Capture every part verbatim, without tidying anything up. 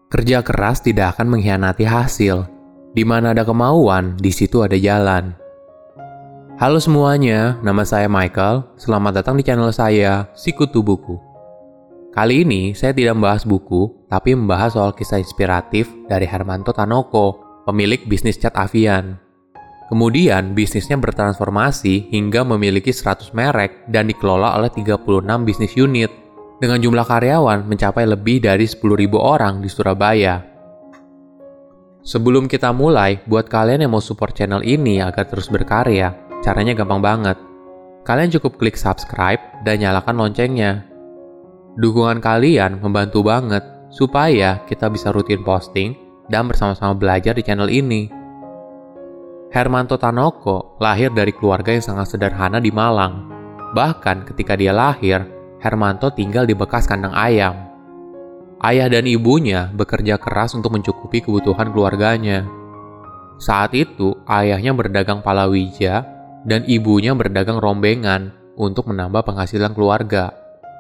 Kerja keras tidak akan mengkhianati hasil. Di mana ada kemauan, di situ ada jalan. Halo semuanya, nama saya Michael. Selamat datang di channel saya, Sikutu Buku. Kali ini saya tidak membahas buku, tapi membahas soal kisah inspiratif dari Hermanto Tanoko, pemilik bisnis cat Avian. Kemudian bisnisnya bertransformasi hingga memiliki seratus merek dan dikelola oleh tiga puluh enam bisnis unit, dengan jumlah karyawan mencapai lebih dari sepuluh ribu orang di Surabaya. Sebelum kita mulai, buat kalian yang mau support channel ini agar terus berkarya, caranya gampang banget. Kalian cukup klik subscribe dan nyalakan loncengnya. Dukungan kalian membantu banget supaya kita bisa rutin posting dan bersama-sama belajar di channel ini. Hermanto Tanoko lahir dari keluarga yang sangat sederhana di Malang. Bahkan ketika dia lahir, Hermanto tinggal di bekas kandang ayam. Ayah dan ibunya bekerja keras untuk mencukupi kebutuhan keluarganya. Saat itu, ayahnya berdagang palawija dan ibunya berdagang rombengan untuk menambah penghasilan keluarga.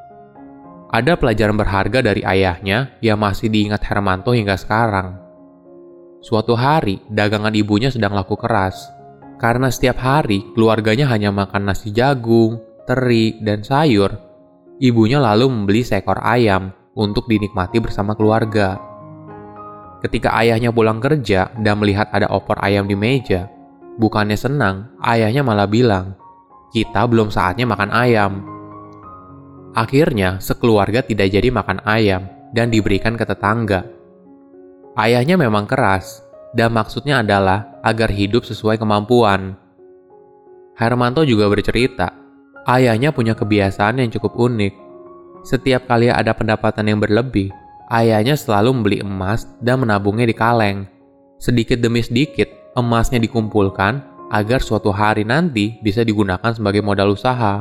Ada pelajaran berharga dari ayahnya yang masih diingat Hermanto hingga sekarang. Suatu hari, dagangan ibunya sedang laku keras. Karena setiap hari, keluarganya hanya makan nasi jagung, teri, dan sayur. Ibunya lalu membeli seekor ayam untuk dinikmati bersama keluarga. Ketika ayahnya pulang kerja dan melihat ada opor ayam di meja, bukannya senang, ayahnya malah bilang, "Kita belum saatnya makan ayam." Akhirnya, sekeluarga tidak jadi makan ayam dan diberikan ke tetangga. Ayahnya memang keras, dan maksudnya adalah agar hidup sesuai kemampuan. Hermanto juga bercerita, ayahnya punya kebiasaan yang cukup unik. Setiap kali ada pendapatan yang berlebih, ayahnya selalu membeli emas dan menabungnya di kaleng. Sedikit demi sedikit, emasnya dikumpulkan agar suatu hari nanti bisa digunakan sebagai modal usaha.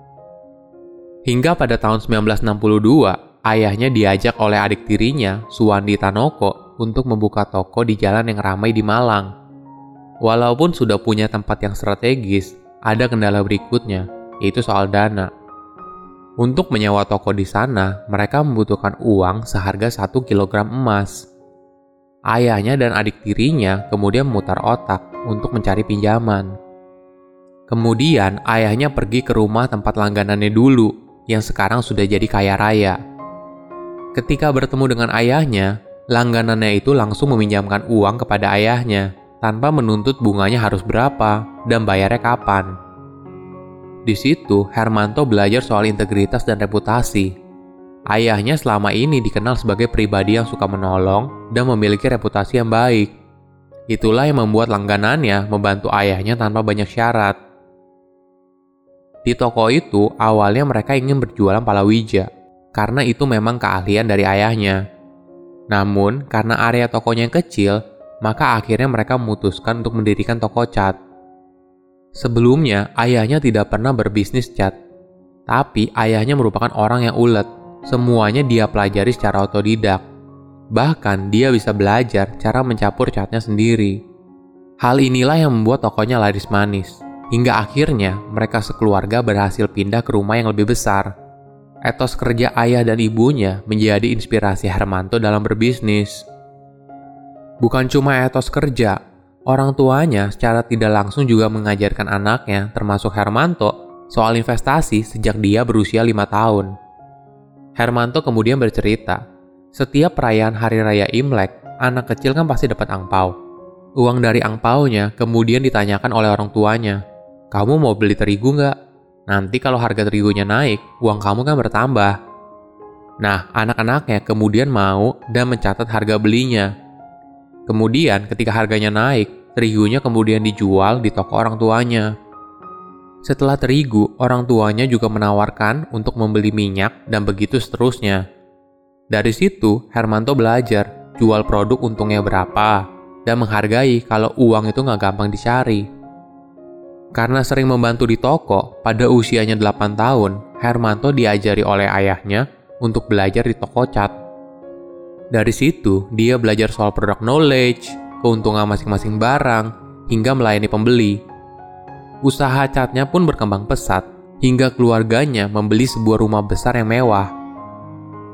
Hingga pada tahun seribu sembilan ratus enam puluh dua, ayahnya diajak oleh adik tirinya, Suwandi Tanoko, untuk membuka toko di jalan yang ramai di Malang. Walaupun sudah punya tempat yang strategis, ada kendala berikutnya, yaitu soal dana. Untuk menyewa toko di sana, mereka membutuhkan uang seharga satu kilogram emas. Ayahnya dan adik tirinya kemudian memutar otak untuk mencari pinjaman. Kemudian ayahnya pergi ke rumah tempat langganannya dulu, yang sekarang sudah jadi kaya raya. Ketika bertemu dengan ayahnya, langganannya itu langsung meminjamkan uang kepada ayahnya, tanpa menuntut bunganya harus berapa dan bayarnya kapan. Di situ, Hermanto belajar soal integritas dan reputasi. Ayahnya selama ini dikenal sebagai pribadi yang suka menolong dan memiliki reputasi yang baik. Itulah yang membuat langganannya membantu ayahnya tanpa banyak syarat. Di toko itu, awalnya mereka ingin berjualan palawija, karena itu memang keahlian dari ayahnya. Namun, karena area tokonya yang kecil, maka akhirnya mereka memutuskan untuk mendirikan toko cat. Sebelumnya, ayahnya tidak pernah berbisnis cat. Tapi ayahnya merupakan orang yang ulet. Semuanya dia pelajari secara otodidak. Bahkan dia bisa belajar cara mencampur catnya sendiri. Hal inilah yang membuat tokonya laris manis. Hingga akhirnya mereka sekeluarga berhasil pindah ke rumah yang lebih besar. Etos kerja ayah dan ibunya menjadi inspirasi Hermanto dalam berbisnis. Bukan cuma etos kerja, orang tuanya secara tidak langsung juga mengajarkan anaknya, termasuk Hermanto, soal investasi sejak dia berusia lima tahun. Hermanto kemudian bercerita, setiap perayaan Hari Raya Imlek, anak kecil kan pasti dapat angpau. Uang dari angpaunya kemudian ditanyakan oleh orang tuanya, "Kamu mau beli terigu nggak? Nanti kalau harga terigunya naik, uang kamu kan bertambah." Nah, anak-anaknya kemudian mau dan mencatat harga belinya. Kemudian ketika harganya naik, terigunya kemudian dijual di toko orang tuanya. Setelah terigu, orang tuanya juga menawarkan untuk membeli minyak dan begitu seterusnya. Dari situ, Hermanto belajar jual produk untungnya berapa dan menghargai kalau uang itu nggak gampang dicari. Karena sering membantu di toko, pada usianya delapan tahun, Hermanto diajari oleh ayahnya untuk belajar di toko cat. Dari situ, dia belajar soal product knowledge, keuntungan masing-masing barang, hingga melayani pembeli. Usaha catnya pun berkembang pesat, hingga keluarganya membeli sebuah rumah besar yang mewah.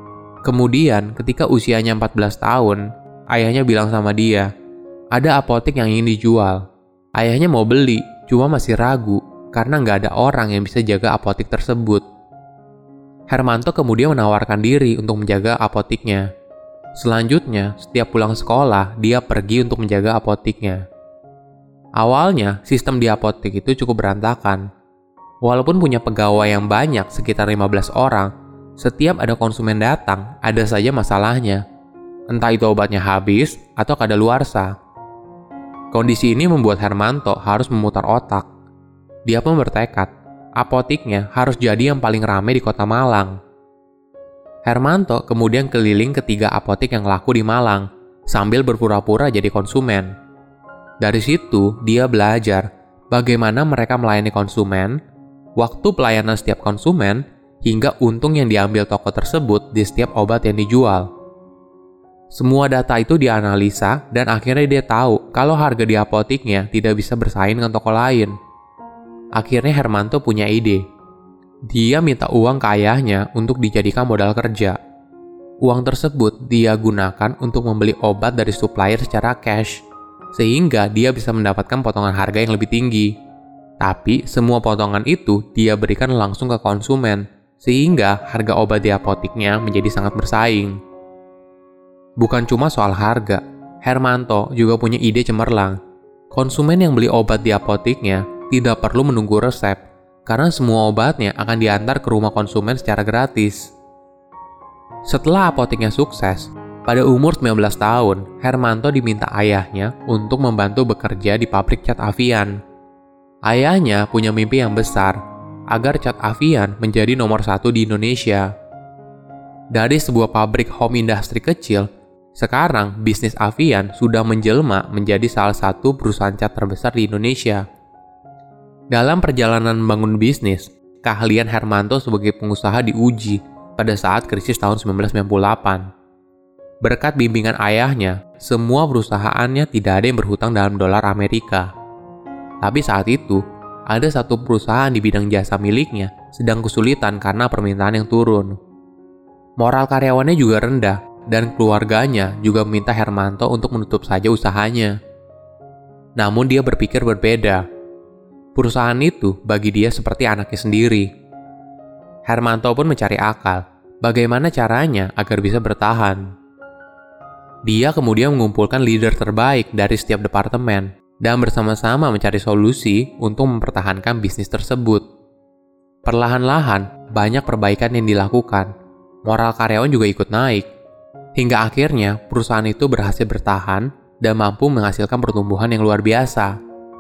Kemudian ketika usianya empat belas tahun, ayahnya bilang sama dia, ada apotek yang ingin dijual. Ayahnya mau beli, cuma masih ragu karena nggak ada orang yang bisa jaga apotek tersebut. Hermanto kemudian menawarkan diri untuk menjaga apoteknya. Selanjutnya, setiap pulang sekolah, dia pergi untuk menjaga apoteknya. Awalnya, sistem di apotek itu cukup berantakan. Walaupun punya pegawai yang banyak, sekitar lima belas orang, setiap ada konsumen datang, ada saja masalahnya. Entah itu obatnya habis atau kadaluarsa. Kondisi ini membuat Hermanto harus memutar otak. Dia pun bertekad, apoteknya harus jadi yang paling ramai di kota Malang. Hermanto kemudian keliling ke tiga apotek yang laku di Malang, sambil berpura-pura jadi konsumen. Dari situ, dia belajar bagaimana mereka melayani konsumen, waktu pelayanan setiap konsumen, hingga untung yang diambil toko tersebut di setiap obat yang dijual. Semua data itu dianalisa dan akhirnya dia tahu kalau harga di apoteknya tidak bisa bersaing dengan toko lain. Akhirnya Hermanto punya ide. Dia minta uang ke ayahnya untuk dijadikan modal kerja. Uang tersebut dia gunakan untuk membeli obat dari supplier secara cash, sehingga dia bisa mendapatkan potongan harga yang lebih tinggi. Tapi semua potongan itu dia berikan langsung ke konsumen, sehingga harga obat di apoteknya menjadi sangat bersaing. Bukan cuma soal harga, Hermanto juga punya ide cemerlang. Konsumen yang beli obat di apoteknya tidak perlu menunggu resep, karena semua obatnya akan diantar ke rumah konsumen secara gratis. Setelah apoteknya sukses, pada umur sembilan belas tahun, Hermanto diminta ayahnya untuk membantu bekerja di pabrik cat Avian. Ayahnya punya mimpi yang besar, agar cat Avian menjadi nomor satu di Indonesia. Dari sebuah pabrik home industry kecil, sekarang bisnis Avian sudah menjelma menjadi salah satu perusahaan cat terbesar di Indonesia. Dalam perjalanan membangun bisnis, keahlian Hermanto sebagai pengusaha diuji pada saat krisis tahun sembilan belas sembilan puluh delapan. Berkat bimbingan ayahnya, semua perusahaannya tidak ada yang berhutang dalam dolar Amerika. Tapi saat itu, ada satu perusahaan di bidang jasa miliknya sedang kesulitan karena permintaan yang turun. Moral karyawannya juga rendah, dan keluarganya juga meminta Hermanto untuk menutup saja usahanya. Namun dia berpikir berbeda. Perusahaan itu bagi dia seperti anaknya sendiri. Hermanto pun mencari akal, bagaimana caranya agar bisa bertahan. Dia kemudian mengumpulkan leader terbaik dari setiap departemen, dan bersama-sama mencari solusi untuk mempertahankan bisnis tersebut. Perlahan-lahan, banyak perbaikan yang dilakukan. Moral karyawan juga ikut naik. Hingga akhirnya, perusahaan itu berhasil bertahan dan mampu menghasilkan pertumbuhan yang luar biasa.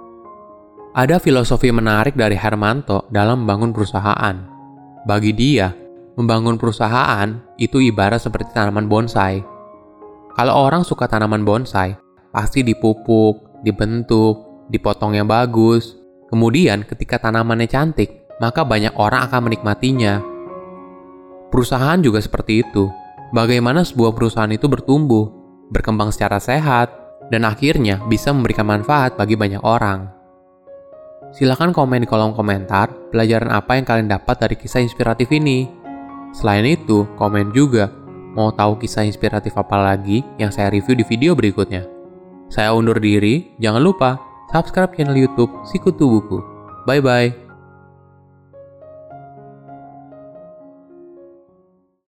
Ada filosofi menarik dari Hermanto dalam membangun perusahaan. Bagi dia, membangun perusahaan itu ibarat seperti tanaman bonsai. Kalau orang suka tanaman bonsai, pasti dipupuk, dibentuk, dipotong yang bagus. Kemudian ketika tanamannya cantik, maka banyak orang akan menikmatinya. Perusahaan juga seperti itu. Bagaimana sebuah perusahaan itu bertumbuh, berkembang secara sehat, dan akhirnya bisa memberikan manfaat bagi banyak orang. Silakan komen di kolom komentar pelajaran apa yang kalian dapat dari kisah inspiratif ini. Selain itu, komen juga mau tahu kisah inspiratif apa lagi yang saya review di video berikutnya. Saya undur diri, jangan lupa subscribe channel YouTube Sikutu Buku. Bye-bye.